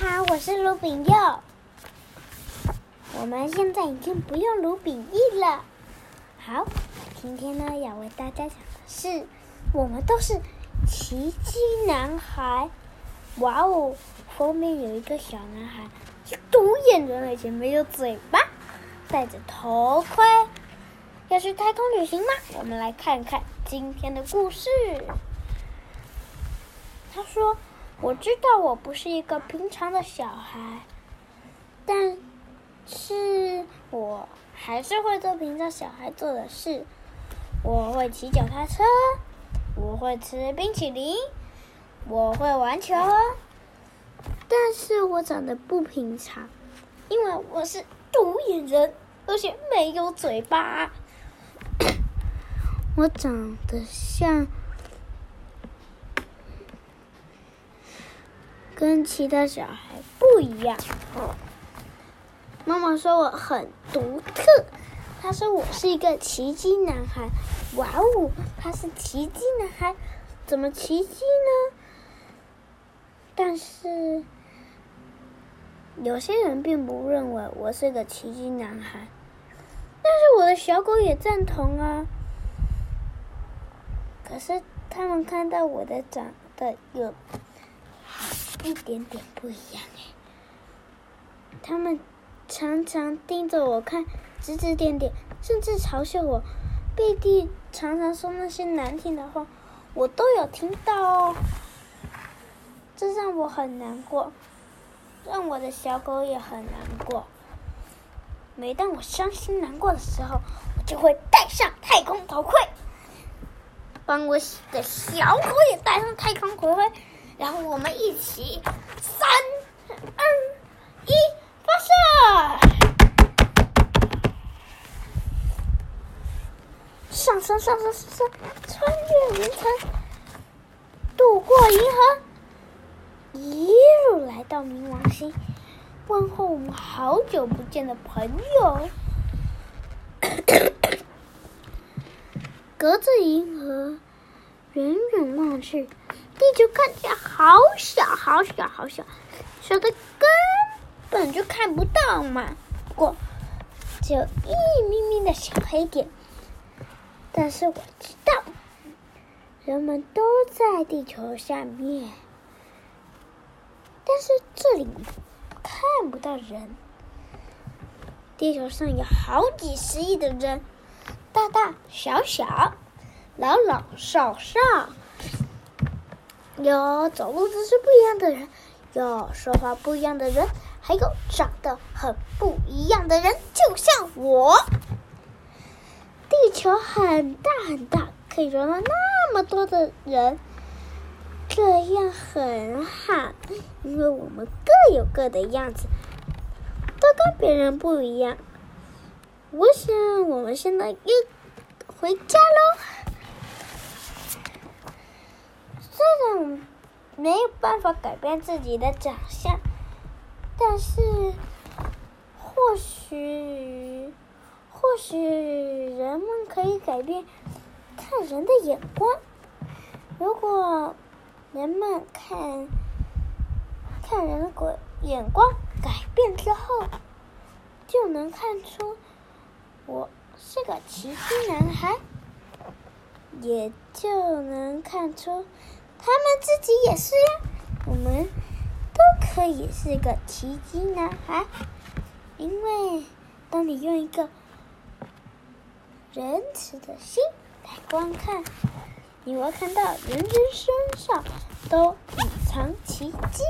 好，我是卢炳佑。我们现在已经不用卢炳义了。好，今天呢要为大家讲的是，我们都是奇迹男孩。哇哦，封面有一个小男孩，是独眼人，而且没有嘴巴，戴着头盔。要去太空旅行吗？我们来看看今天的故事。他说：“我知道我不是一个平常的小孩，但是我还是会做平常小孩做的事。我会骑脚踏车，我会吃冰淇淋，我会玩球。但是我长得不平常，因为我是独眼人，而且没有嘴巴。我长得像跟其他小孩不一样。妈妈说我很独特，她说我是一个奇迹男孩。哇哦，他是奇迹男孩，怎么奇迹呢？但是有些人并不认为我是个奇迹男孩，但是我的小狗也赞同啊。可是他们看到我的长得有一点点不一样他们常常盯着我看，指指点点，甚至嘲笑我。贝蒂常常说那些难听的话，我都有听到哦。这让我很难过，让我的小狗也很难过。每当我伤心难过的时候，我就会戴上太空头盔，帮我的小狗也戴上太空头盔，然后我们一起3、2、1，发射！上升，穿越云层，渡过银河，一路来到冥王星，问候我们好久不见的朋友。隔着银河，远远望去，地球看起来好小，小的根本就看不到嘛。不过只有一咪咪的小黑点。但是我知道，人们都在地球下面，但是这里看不到人。地球上有好几十亿的人，大大小小，老老少少，有走路姿势不一样的人，有说话不一样的人，还有长得很不一样的人，就像我。地球很大，可以容纳那么多的人，这样很好，因为我们各有各的样子，都跟别人不一样。我想我们现在又回家喽。虽然我们没有办法改变自己的长相，但是或许人们可以改变看人的眼光。如果人们看人的眼光改变之后，就能看出我是个奇迹男孩，也就能看出他们自己也是呀。我们都可以是个奇迹男孩，因为当你用一个仁慈的心来观看，你会看到人人身上都隐藏奇迹。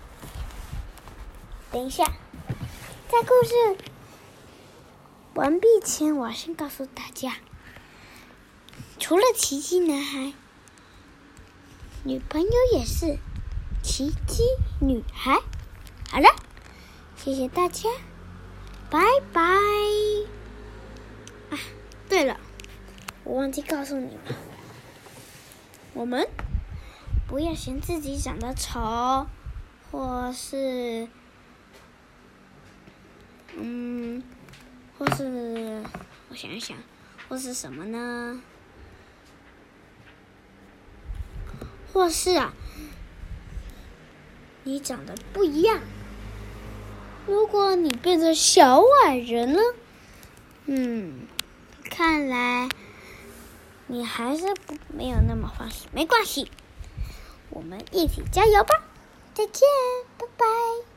等一下，在故事完毕前，我先告诉大家，除了奇迹男孩，女朋友也是奇迹女孩。好了，谢谢大家，拜拜。对了，我忘记告诉你们，我们不要嫌自己长得丑，或是我想一想，或是什么呢？或是你长得不一样， 如果你变成小矮人了，看来你还是没有那么放心。没关系，我们一起加油吧！再见，拜拜。